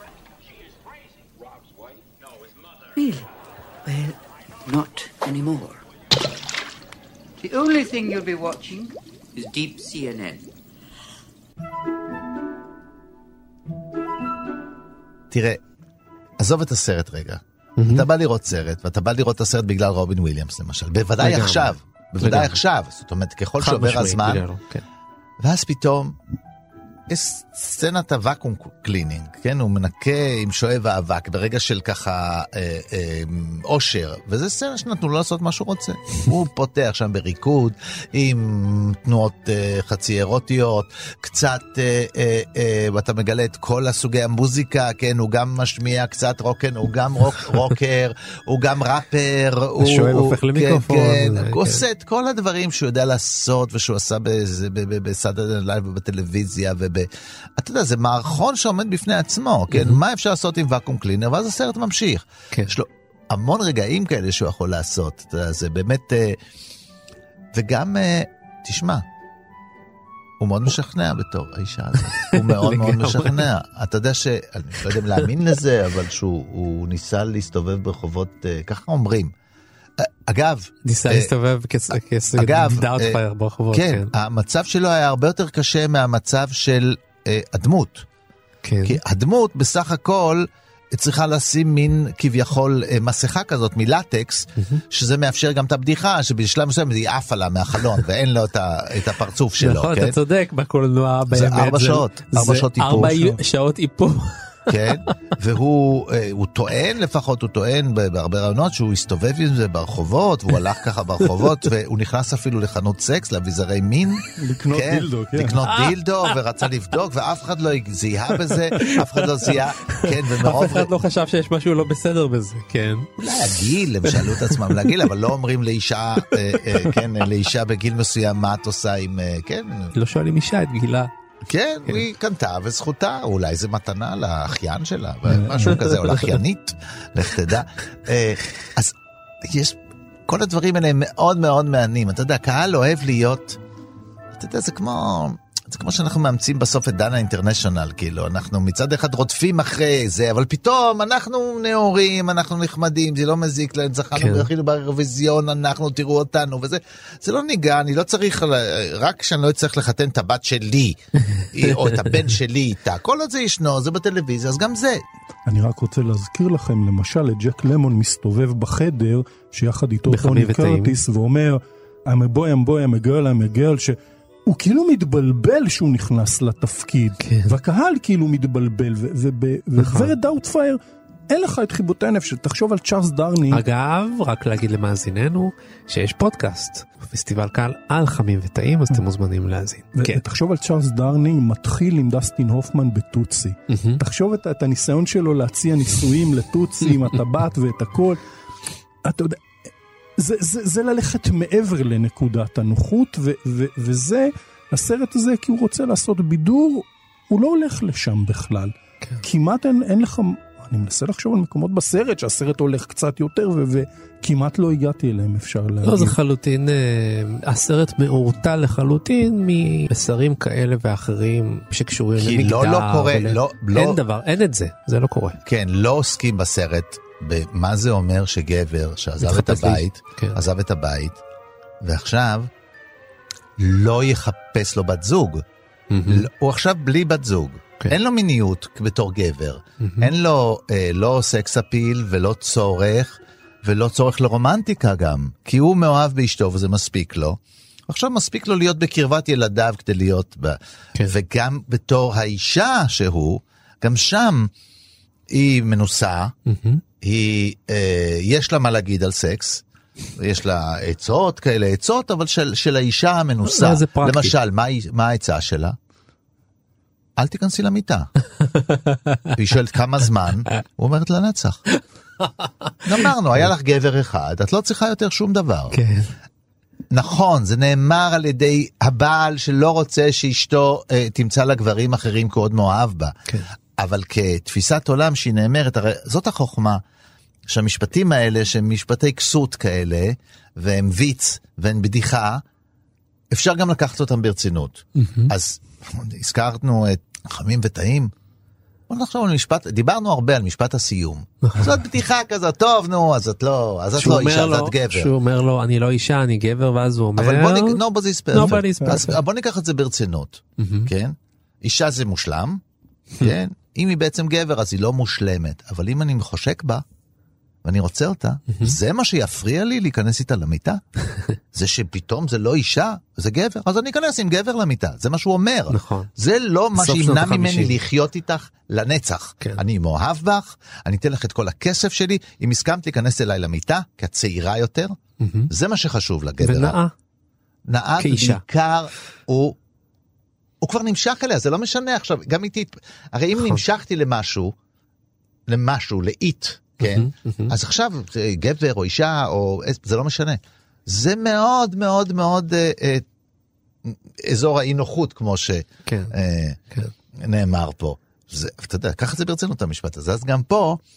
Really? Well, not anymore. The only thing you'll be watching is Deep C N N. תראה, עזוב את הסרט רגע. אתה בא לראות סרט, ואתה בא לראות את הסרט בגלל רובין וויליאמס למשל. בוודאי עכשיו. בוודאי עכשיו. זאת אומרת, ככל שעובר הזמן. ואז פתאום, יש סצנת הוואקום קלינינג, כן? הוא מנקה עם שואב האבק, ברגע של ככה אה, אה, אושר, וזה סצנה שנתנו לו לעשות מה שהוא רוצה. הוא פותח שם בריקוד, עם תנועות אה, חצי אירוטיות, קצת, אה, אה, אה, ואתה מגלה את כל הסוגי המוזיקה, כן? הוא גם משמיע קצת רוקן, הוא גם רוק, רוקר, הוא גם ראפר, השואב הופך למיקרופון. כן, כן, הוא עושה את כל הדברים שהוא יודע לעשות, ושהוא עשה בסאטרדיי נייט לייב ובטלוויזיה, וב... אתה יודע, זה מערכון שעומד בפני עצמו, כן? מה אפשר לעשות עם ואקום קלינר? ואז הסרט ממשיך. יש לו המון רגעים כאלה שהוא יכול לעשות. אתה יודע, זה באמת... וגם, תשמע, הוא מאוד משכנע בתור האישה הזאת. הוא מאוד מאוד משכנע. אתה יודע ש... אני לא יודע אם להאמין לזה, אבל שהוא ניסה להסתובב ברחובות, ככה אומרים. אגב... ניסה להסתובב כדאוטפייר ברחובות. כן, המצב שלו היה הרבה יותר קשה מהמצב של הדמות. כי הדמות בסך הכל... צריכה לשים מין כביכול מסכה כזאת מלטקס, שזה מאפשר גם את הבדיחה, שבשלב מסוים היא עפה לה מהחלון, ואין לו את הפרצוף שלו. נכון, אתה צודק, בקולנוע באמת. זה ארבע שעות, ארבע שעות איפור. ארבע שעות איפור. כן, והוא טוען, לפחות הוא טוען בהרבה רעיונות, שהוא הסתובב עם זה ברחובות, והוא הלך ככה ברחובות, והוא נכנס אפילו לחנות סקס, לאביזרי מין. לקנות דילדו, כן. לקנות דילדו, ורצה לבדוק, ואף אחד לא זיהה בזה, אף אחד לא זיהה, כן, ומרוב... אף אחד לא חשב שיש משהו לא בסדר בזה, כן. אולי הגיל, הם שאלו את עצמם להגיל, אבל לא אומרים לאישה, כן, לאישה בגיל מסוים, מה את עושה עם, כן. לא שואלים אישה את גילה. כן, היא קנתה וזכותה, אולי זה מתנה לאחיין שלה, משהו כזה, או לאחיינית, לך תדע. אז יש, כל הדברים האלה הם מאוד מאוד מעניינים. אתה יודע, קהל אוהב להיות, אתה יודע, זה כמו, זה כמו שאנחנו מאמצים בסוף את דנה אינטרנשיונל, כאילו, אנחנו מצד אחד רודפים אחרי זה, אבל פתאום אנחנו נאורים, אנחנו נחמדים, זה לא מזיק להם, זכרנו והכינו באירוויזיון, אנחנו תראו אותנו, וזה, זה לא ניגע, אני לא צריך, רק שאני לא צריך לחתן את הבת שלי, או את הבן שלי איתה, כל עוד זה ישנו, זה בטלוויזיה, אז גם זה. אני רק רוצה להזכיר לכם, למשל, את ג'ק למון מסתובב בחדר, שיחד איתו טוני קרטיס, ואומר, I'm a boy, I'm boy, I'm a girl, I'm a girl, ש... הוא כאילו מתבלבל שהוא נכנס לתפקיד, כן. והקהל כאילו מתבלבל, וגברת דאוטפייר, אין לך את חיבוטי הנפש, תחשוב על צ'ארלס דרנינג. אגב, רק להגיד למאזיננו, שיש פודקאסט, פסטיבל קהל על חמים וטעים, אז אתם מוזמנים להאזין. כן. תחשוב על צ'ארלס דרנינג, מתחיל עם דסטין הופמן בטוצי. תחשוב את, את הניסיון שלו להציע ניסויים לטוצי, עם הטבעת ואת הכל. אתה יודע, זה, זה, זה ללכת מעבר לנקודת הנוחות, ו, ו, וזה, הסרט הזה, כי הוא רוצה לעשות בידור, הוא לא הולך לשם בכלל. כן. כמעט אין, אין לך, אני מנסה לחשוב על מקומות בסרט, שהסרט הולך קצת יותר, ו, וכמעט לא הגעתי אליהם, אפשר להגיד. לא, זה חלוטין, הסרט מאורטל לחלוטין, ממסרים כאלה ואחרים, שקשורים למגדר. כי לא, לא קורה, ול... לא, לא... אין דבר, אין את זה, זה לא קורה. כן, לא עוסקים בסרט, במה זה אומר שגבר שעזב את הבית, כן. עזב את הבית, ועכשיו לא יחפש לו בת זוג. Mm-hmm. הוא עכשיו בלי בת זוג. כן. אין לו מיניות בתור גבר. Mm-hmm. אין לו אה, לא סקס אפיל ולא צורך, ולא צורך לרומנטיקה גם. כי הוא מאוהב באשתו וזה מספיק לו. עכשיו מספיק לו להיות בקרבת ילדיו כדי להיות בה. כן. וגם בתור האישה שהוא, גם שם היא מנוסה, mm-hmm. היא, אה, יש לה מה להגיד על סקס, יש לה עצות כאלה, עצות, אבל של, של האישה המנוסה. למשל, מה, מה העצה שלה? אל תיכנסי למיטה. היא שואלת כמה זמן, הוא אומרת לנצח. אמרנו, היה לך גבר אחד, את לא צריכה יותר שום דבר. כן. נכון, זה נאמר על ידי הבעל שלא רוצה שאשתו אה, תמצא לה גברים אחרים כעוד מאוהב בה. כן. אבל כתפיסת עולם שהיא נאמרת, הרי זאת החוכמה, שהמשפטים האלה, שהם משפטי כסות כאלה, והם ויץ, והם בדיחה, אפשר גם לקחת אותם ברצינות. Mm-hmm. אז הזכרנו את חמים וטעים, בוא נחשוב על משפט, דיברנו הרבה על משפט הסיום. זאת בדיחה כזאת, טוב נו, אז את לא, אז את לא אישה, אז את גבר. שהוא אומר לו, אני לא אישה, אני גבר, ואז הוא אומר... אבל בוא ניקח, nobody's perfect. אז בוא ניקח את זה ברצינות, כן? אישה זה מושלם, כן? אם היא בעצם גבר, אז היא לא מושלמת. אבל אם אני מחושק בה, ואני רוצה אותה, זה מה שיפריע לי להיכנס איתה למיטה? זה שפתאום זה לא אישה, זה גבר. אז אני אכנס עם גבר למיטה. זה מה שהוא אומר. נכון. זה לא מה שימנע ממני לחיות איתך לנצח. כן. אני מאוהב בך, אני אתן לך את כל הכסף שלי, אם הסכמת להיכנס אליי למיטה, כי את צעירה יותר, זה מה שחשוב לגבר. ונאה. נאה, בעיקר הוא... הוא כבר נמשך אליה, זה לא משנה עכשיו, גם איתי, הרי אם נמשכתי למשהו, למשהו, לאית, כן? אז עכשיו, גבר או אישה, או, זה לא משנה. זה מאוד מאוד מאוד אה, אה, אזור האי נוחות, כמו שנאמר פה. זה, אתה יודע, ככה זה ברצינות המשפט הזה. אז גם פה,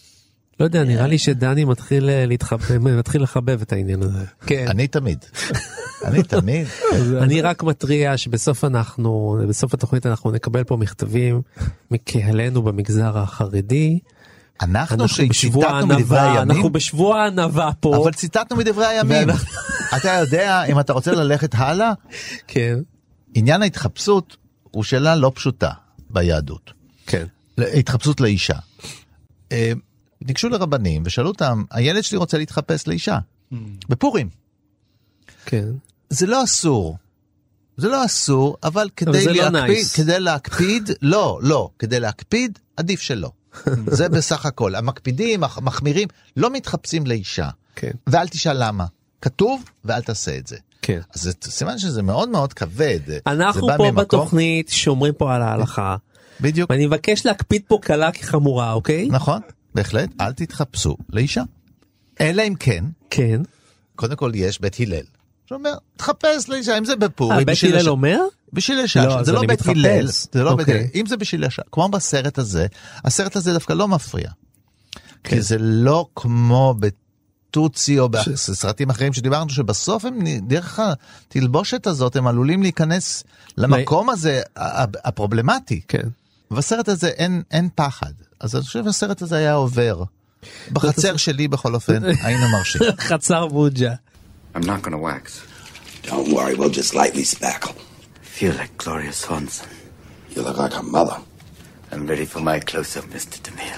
לא יודע, נראה לי שדני מתחיל להתחבב, מתחיל לחבב את העניין הזה. כן. אני תמיד. אני תמיד. אני רק מטריע שבסוף אנחנו, בסוף התוכנית אנחנו נקבל פה מכתבים מקהלנו במגזר החרדי. אנחנו שציטטנו מדברי הימים. אנחנו בשבוע הענווה פה. אבל ציטטנו מדברי הימים. אתה יודע, אם אתה רוצה ללכת הלאה, כן. עניין ההתחפשות הוא שאלה לא פשוטה ביהדות. כן. התחפשות לאישה. ניגשו לרבנים ושאלו אותם, הילד שלי רוצה להתחפש לאישה. בפורים. כן. זה לא אסור. זה לא אסור, אבל כדי להקפיד, כדי להקפיד, לא, לא, כדי להקפיד, עדיף שלא. זה בסך הכל. המקפידים, המחמירים, לא מתחפשים לאישה. כן. ואל תשאל למה. כתוב, ואל תעשה את זה. כן. אז זה סימן שזה מאוד מאוד כבד. אנחנו פה ממקום... בתוכנית שומרים פה על ההלכה. בדיוק. ואני מבקש להקפיד פה קלה כחמורה, אוקיי? נכון, בהחלט. אל תתחפשו לאישה. אלא אם כן. כן. קודם כל יש בית הלל. שאומר, תחפש לאישה, אם זה בפורים. אה, בית הלל אומר? בשביל אישה. לא, זה לא בית הלל. זה לא אוקיי. בית הלל. אם זה בשביל אישה. כמו בסרט הזה, הסרט הזה דווקא לא מפריע. כן. כי זה לא כמו בטוצי או בסרטים אחרים שדיברנו, שבסוף הם, דרך התלבושת הזאת, הם עלולים להיכנס למקום הזה הפרובלמטי. כן. ובסרט הזה אין, אין פחד. אז אני חושב שהסרט הזה היה עובר. בחצר שלי בכל אופן, היינו מרשים. חצר בוג'ה. I'm not gonna wax. Don't worry, we'll just lightly spackle. Feel like Gloria Swanson. You look like her mother. I'm ready for my close-up, Mister DeMille.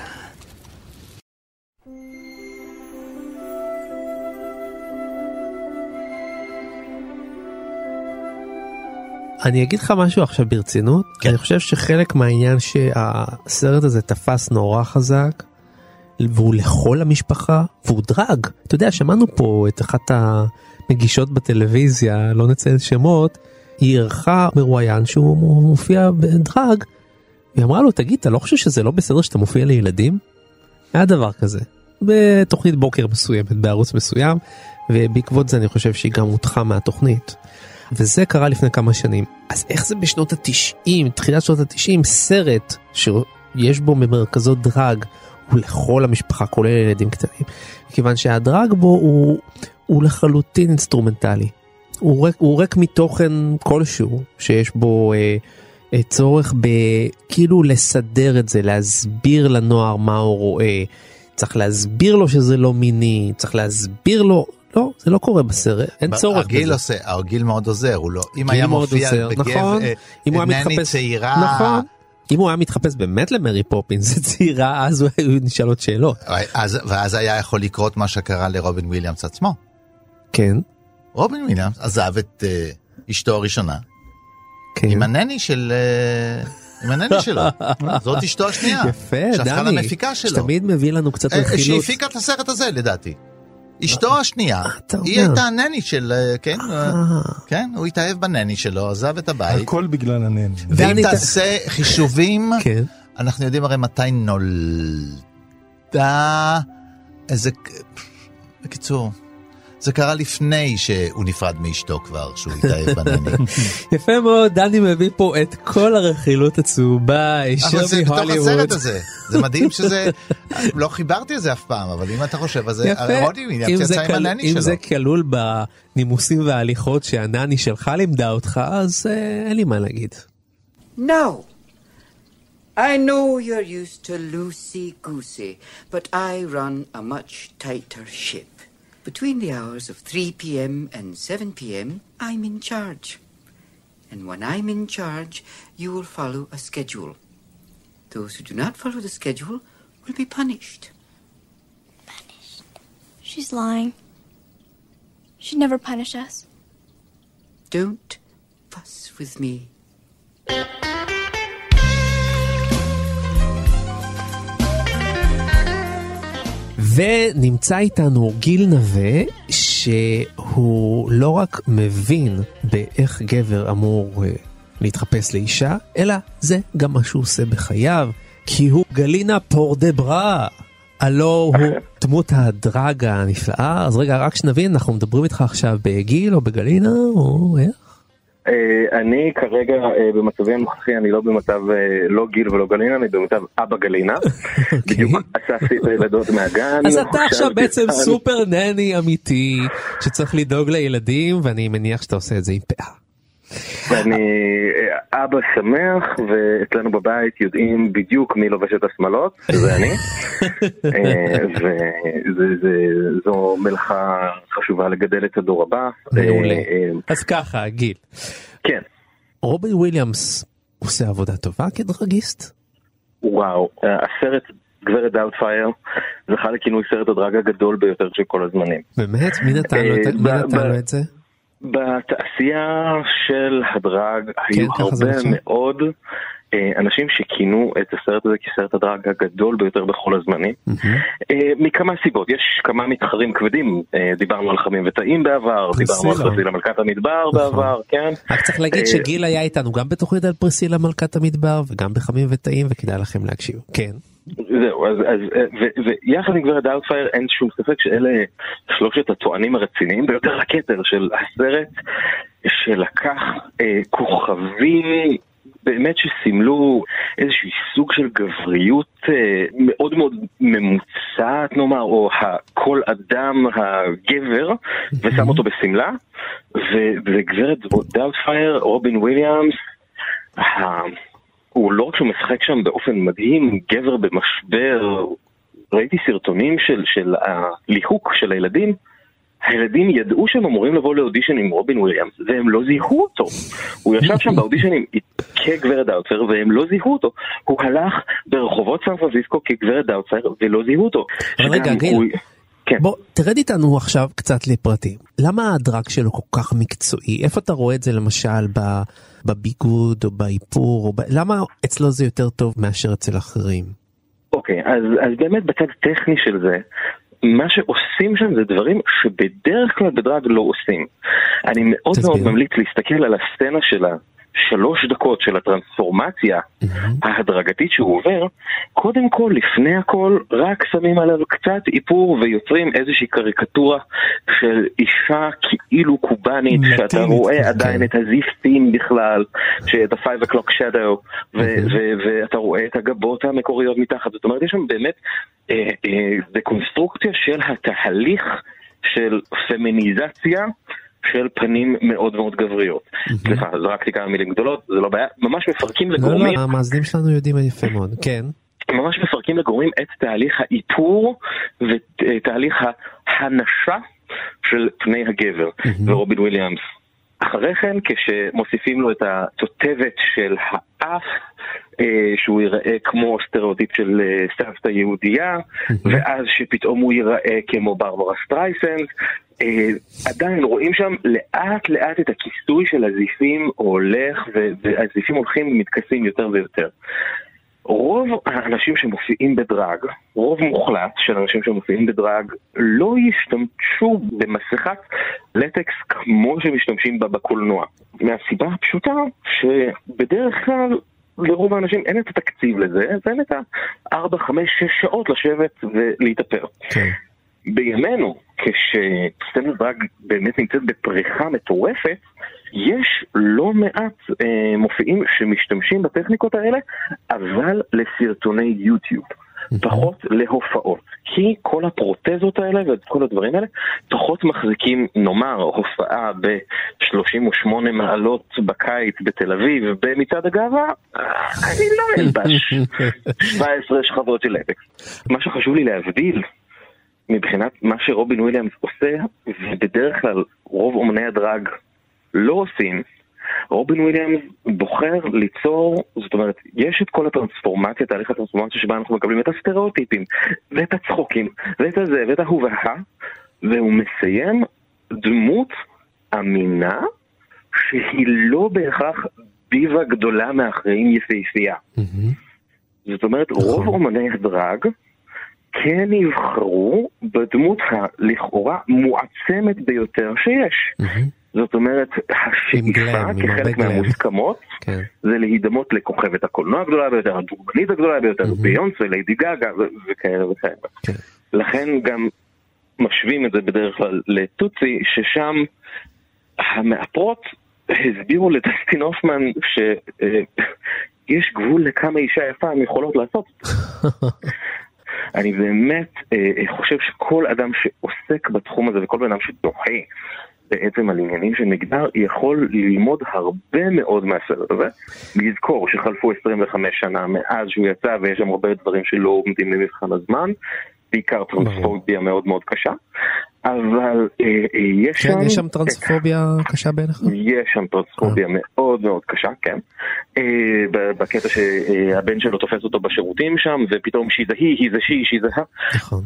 אני אגיד לך משהו עכשיו ברצינות. כן. אני חושב שחלק מהעניין שהסרט הזה תפס נורא חזק, והוא לכל המשפחה, והוא דרג. אתה יודע, שמענו פה את אחת המגישות בטלוויזיה, לא נציין שמות, היא ערכה מרואיין שהוא מופיע בדרג, והיא אמרה לו, תגיד, אתה לא חושב שזה לא בסדר שאתה מופיע לילדים? היה דבר כזה. בתוכנית בוקר מסוימת, בערוץ מסוים, ובעקבות זה אני חושב שהיא גם הותחה מהתוכנית. וזה קרה לפני כמה שנים. אז איך זה בשנות התשעים, תחילת שנות התשעים, סרט שיש בו במרכזו דרג, הוא לכל המשפחה, כולל ילדים קטנים. כיוון שהדרג בו הוא, הוא לחלוטין אינסטרומנטלי. הוא ריק, הוא ריק מתוכן כלשהו, שיש בו אה, אה, צורך בכאילו לסדר את זה, להסביר לנוער מה הוא רואה. צריך להסביר לו שזה לא מיני, צריך להסביר לו, לא, זה לא קורה בסרט, אין צורך בזה. עושה, הגיל מאוד עוזר, הוא לא, אם היה מופיע בגב, נכון, אה, אם הוא נני מתחפש, צעירה, נכון. אם הוא היה מתחפש באמת למרי פופינס, זה צעירה, אז הוא נשאל עוד שאלות. אז, ואז היה יכול לקרות מה שקרה לרובין וויליאמס עצמו. כן. רובין וויליאמס עזב את uh, אשתו הראשונה, כן. עם הנני של... Uh, עם הנני שלו. זאת אשתו השנייה. יפה, שהפכה דני. למפיקה שלו. שתמיד מביא לנו קצת רכילות. שהפיקה את הסרט הזה, לדעתי. אשתו השנייה, היא הייתה הנני של, כן, כן, הוא התאהב בנני שלו, עזב את הבית. הכל בגלל הנני. ואם תעשה חישובים, אנחנו יודעים הרי מתי נולדה, איזה, בקיצור, זה קרה לפני שהוא נפרד מאשתו כבר, שהוא התאהב בנני. יפה מאוד, דני מביא פה את כל הרכילות הצהובה, אבל זה בתוך הסרט הזה. זה מדהים שזה, לא חיברתי את זה אף פעם, אבל אם אתה חושב, אז רודי וויליאמס יצא עם הנני שלו. אם זה כלול בנימוסים וההליכות שהנני שלך לימדה אותך, אז אין לי מה להגיד. No. I know you're used to loosey-goosey, but I run a much tighter ship. Between the hours of three p.m. and seven p.m., I'm in charge. And when I'm in charge, you will follow a schedule. Those who do not follow the schedule will be punished. Punished? She's lying. She'd never punish us. Don't fuss with me. ונמצא איתנו גיל נווה, שהוא לא רק מבין באיך גבר אמור להתחפש לאישה, אלא זה גם מה שהוא עושה בחייו, כי הוא גלינה פורדברה, הלא הוא דמות הדרג הנפלאה. אז רגע, רק שנבין, אנחנו מדברים איתך עכשיו בגיל או בגלינה, או איך? אני כרגע במצבי הנוכחי, אני לא במצב לא גיל ולא גלינה, אני במצב אבא גלינה. בדיוק אספתי את הילדות מהגן. אז אתה עכשיו בעצם סופר נני אמיתי, שצריך לדאוג לילדים, ואני מניח שאתה עושה את זה עם פאה. ואני אבא שמח, ואצלנו בבית יודעים בדיוק מי לובש את השמלות, שזה אני. וזו מלאכה חשובה לגדל את הדור הבא. מעולה. אז ככה, גיל. כן. רובין וויליאמס עושה עבודה טובה כדרגיסט? וואו, הסרט גברת דאוטפייר זכה לכינוי סרט הדרג הגדול ביותר של כל הזמנים. באמת? מי נתן לו את זה? בתעשייה של הדרג היו הרבה מאוד אנשים שכינו את הסרט הזה כסרט הדרג הגדול ביותר בכל הזמנים. מכמה סיבות, יש כמה מתחרים כבדים, דיברנו על חמים וטעים בעבר, דיברנו על פרסילה מלכת המדבר בעבר, כן? רק צריך להגיד שגיל היה איתנו גם בתוכנית על פרסילה מלכת המדבר וגם בחמים וטעים, וכדאי לכם להקשיב, כן. זהו, אז, אז, ויחד עם גברת דאוטפייר אין שום ספק שאלה שלושת הטוענים הרציניים ביותר לכתר של הסרט, שלקח אה, כוכבים באמת שסימלו איזשהו סוג של גבריות אה, מאוד מאוד ממוצעת נאמר, או כל אדם הגבר, ושם אותו בסמלה, וגברת דאוטפייר, רובין וויליאמס, הוא לא רק שהוא משחק שם באופן מדהים, גבר במשבר, ראיתי סרטונים של, של הליהוק של הילדים, הילדים ידעו שהם אמורים לבוא לאודישן עם רובין וויליאמס, והם לא זיהו אותו. הוא ישב שם באודישנים כגברת דאוטפייר, והם לא זיהו אותו. הוא הלך ברחובות סן פרנסיסקו כגברת דאוטפייר, ולא זיהו אותו. אבל רגע, גיל, הוא... כן. בוא, תרד איתנו עכשיו קצת לפרטים. למה הדרג שלו כל כך מקצועי? איפה אתה רואה את זה למשל בביגוד או באיפור? או ב... למה אצלו זה יותר טוב מאשר אצל אחרים? אוקיי, אז, אז באמת בצד טכני של זה, מה שעושים שם זה דברים שבדרך כלל בדרג לא עושים. אני מאוד מאוד ממליץ להסתכל על הסצנה שלה, שלוש דקות של הטרנספורמציה ההדרגתית שהוא עובר, קודם כל, לפני הכל, רק שמים עליו קצת איפור ויוצרים איזושהי קריקטורה של אישה כאילו קובנית, שאתה רואה עדיין את הזיפים בכלל, את ה-five o'clock shadow, ואתה רואה את הגבות המקוריות מתחת. זאת אומרת, יש שם באמת דקונסטרוקציה של התהליך של פמיניזציה, של פנים מאוד מאוד גבריות. סליחה, זרקתי כמה מילים גדולות, זה לא בעיה, ממש מפרקים לגורמים... לא, לא, המאזנים שלנו יודעים יפה מאוד, כן. ממש מפרקים לגורמים את תהליך האיתור ותהליך ההנשה של פני הגבר, ורובין וויליאמס. אחרי כן, כשמוסיפים לו את התותבת של האף, שהוא ייראה כמו סטריאוטיפ של סבתא יהודייה, ואז שפתאום הוא ייראה כמו ברברה סטרייסנד, עדיין רואים שם לאט לאט את הכיסוי של הזיפים הולך, והזיפים הולכים ומתכסים יותר ויותר. רוב האנשים שמופיעים בדרג, רוב מוחלט של אנשים שמופיעים בדרג, לא ישתמשו במסכת לטקס כמו שמשתמשים בה בקולנוע. מהסיבה הפשוטה שבדרך כלל לרוב האנשים אין את התקציב לזה, ואין את ה-ארבע, חמש, שש שעות לשבת ולהתאפר. כן. בימינו, כשסצנת דרג באמת נמצאת בפריחה מטורפת, יש לא מעט אה, מופיעים שמשתמשים בטכניקות האלה, אבל לסרטוני יוטיוב, פחות להופעות. כי כל הפרוטזות האלה וכל הדברים האלה, פחות מחזיקים, נאמר, הופעה ב-שלושים ושמונה מעלות בקיץ בתל אביב, במצעד הגאווה, אני לא אלבש שבע עשרה שכבות של לטקס. מה שחשוב לי להבדיל, מבחינת מה שרובין וויליאמס עושה, ובדרך כלל רוב אומני הדרג לא עושים, רובין וויליאמס בוחר ליצור, זאת אומרת, יש את כל הטרנספורמציה, תהליך הטרנספורמציה שבה אנחנו מקבלים את הסטריאוטיפים, ואת הצחוקים, ואת הזה, ואת ההובעה, והוא מסיים דמות אמינה, שהיא לא בהכרח דיבה גדולה מאחרים יפהפייה. זאת אומרת, רוב אומני הדרג, כן יבחרו בדמות הלכאורה מועצמת ביותר שיש. זאת אומרת, השאיפה כחלק מהמוסכמות זה להידמות לכוכבת הקולנוע הגדולה ביותר, הדוגמנית הגדולה ביותר, ביונסה, ליידי גאגה וכאלה וכאלה. לכן גם משווים את זה בדרך כלל לטוצי, ששם המאפרות הסבירו לדסטין הופמן שיש גבול לכמה אישה יפה הם יכולות לעשות. אני באמת חושב שכל אדם שעוסק בתחום הזה וכל אדם שדוחה בעצם על עניינים של מגדר יכול ללמוד הרבה מאוד מהסרט הזה. לזכור שחלפו עשרים וחמש שנה מאז שהוא יצא ויש שם הרבה דברים שלא עומדים למבחן הזמן, בעיקר טרנספוביה מאוד מאוד קשה, אבל יש שם... כן, יש שם טרנספוביה קשה בעיניך? יש שם טרנספוביה מאוד מאוד קשה, כן. בקטע שהבן שלו תופס אותו בשירותים שם, ופתאום שהיא זה היא, היא זה שהיא, שהיא זה ה. נכון.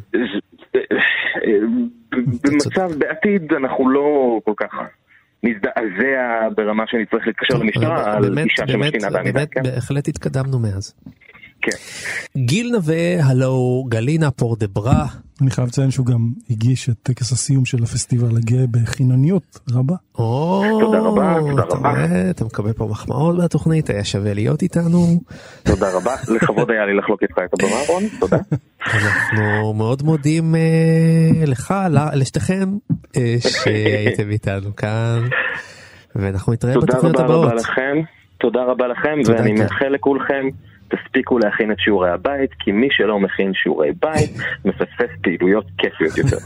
במצב בעתיד אנחנו לא כל כך נזדעזע ברמה שאני צריך להתקשר למשטרה על אישה שמשתינה בעמידה. באמת, בהחלט התקדמנו מאז. כן. גיל נווה, הלו גלינה פורדברה. אני חייב לציין שהוא גם הגיש את טקס הסיום של הפסטיבל הגאה בחינניות רבה. תודה רבה, תודה רבה. אתה מקבל פה מחמאות בתוכנית, היה שווה להיות איתנו. תודה רבה, לכבוד היה לי לחלוק איתך את הבמה, רון, תודה. אנחנו מאוד מודים לך, לשתיכם, שהייתם איתנו כאן, ואנחנו נתראה בתוכניות הבאות. תודה רבה לכם, תודה רבה לכם, ואני מאחל לכולכם תספיקו להכין את שיעורי הבית, כי מי שלא מכין שיעורי בית מפספס פעילויות כיפיות יותר.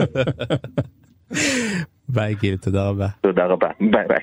ביי גיל, תודה רבה. תודה רבה, ביי ביי.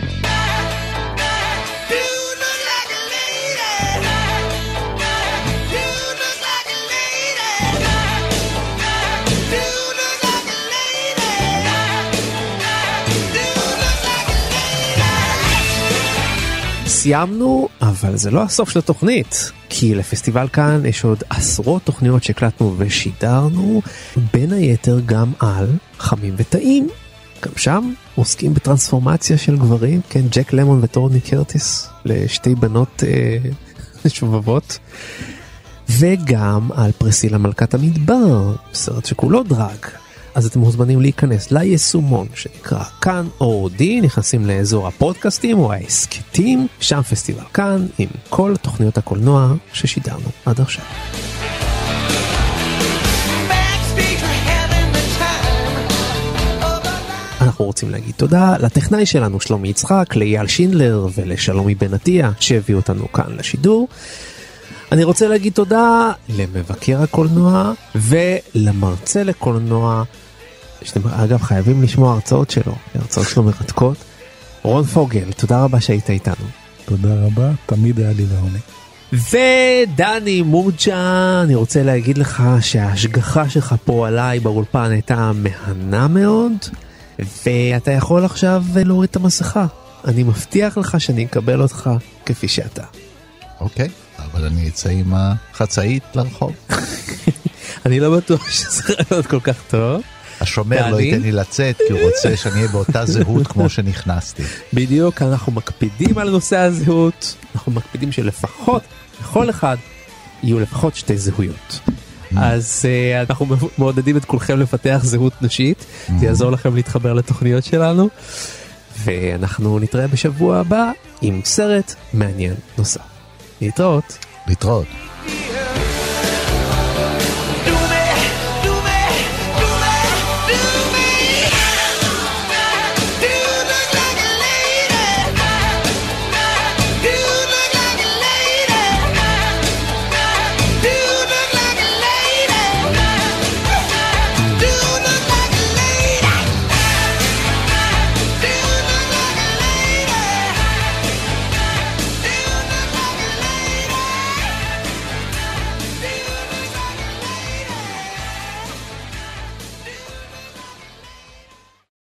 סיימנו, אבל זה לא הסוף של התוכנית, כי לפסטיבל כאן יש עוד עשרות תוכניות שהקלטנו ושידרנו, בין היתר גם על חמים וטעים. גם שם עוסקים בטרנספורמציה של גברים, כן, ג'ק למון וטורני קרטיס, לשתי בנות אה, שובבות, וגם על פרסילה מלכת המדבר, סרט שכולו דרג. אז אתם מוזמנים להיכנס ליישומון שנקרא כאן אודי, נכנסים לאזור הפודקאסטים או העסקטים, שם פסטיבל כאן עם כל תוכניות הקולנוע ששידרנו עד עכשיו. אנחנו רוצים להגיד תודה לטכנאי שלנו שלומי יצחק, לאייל שינדלר ולשלומי בן עטיה שהביאו אותנו כאן לשידור. אני רוצה להגיד תודה למבקר הקולנוע ולמרצה לקולנוע, שאתם אגב חייבים לשמוע הרצאות שלו, הרצאות שלו מרתקות, רון פוגל, תודה רבה שהיית איתנו. תודה רבה, תמיד היה לי לעונה. ודני מוג'ה, אני רוצה להגיד לך שההשגחה שלך פה עליי באולפן הייתה מהנה מאוד, ואתה יכול עכשיו להוריד את המסכה. אני מבטיח לך שאני אקבל אותך כפי שאתה. אוקיי. אבל אני אצא עם החצאית לרחוב. אני לא בטוח שזה רעיון כל כך טוב. השומר לא ייתן לי לצאת, כי הוא רוצה שאני אהיה באותה זהות כמו שנכנסתי. בדיוק, אנחנו מקפידים על נושא הזהות, אנחנו מקפידים שלפחות, לכל אחד, יהיו לפחות שתי זהויות. אז אנחנו מעודדים את כולכם לפתח זהות נשית, זה יעזור לכם להתחבר לתוכניות שלנו, ואנחנו נתראה בשבוע הבא עם סרט מעניין נוסף. להתראות. להתראות.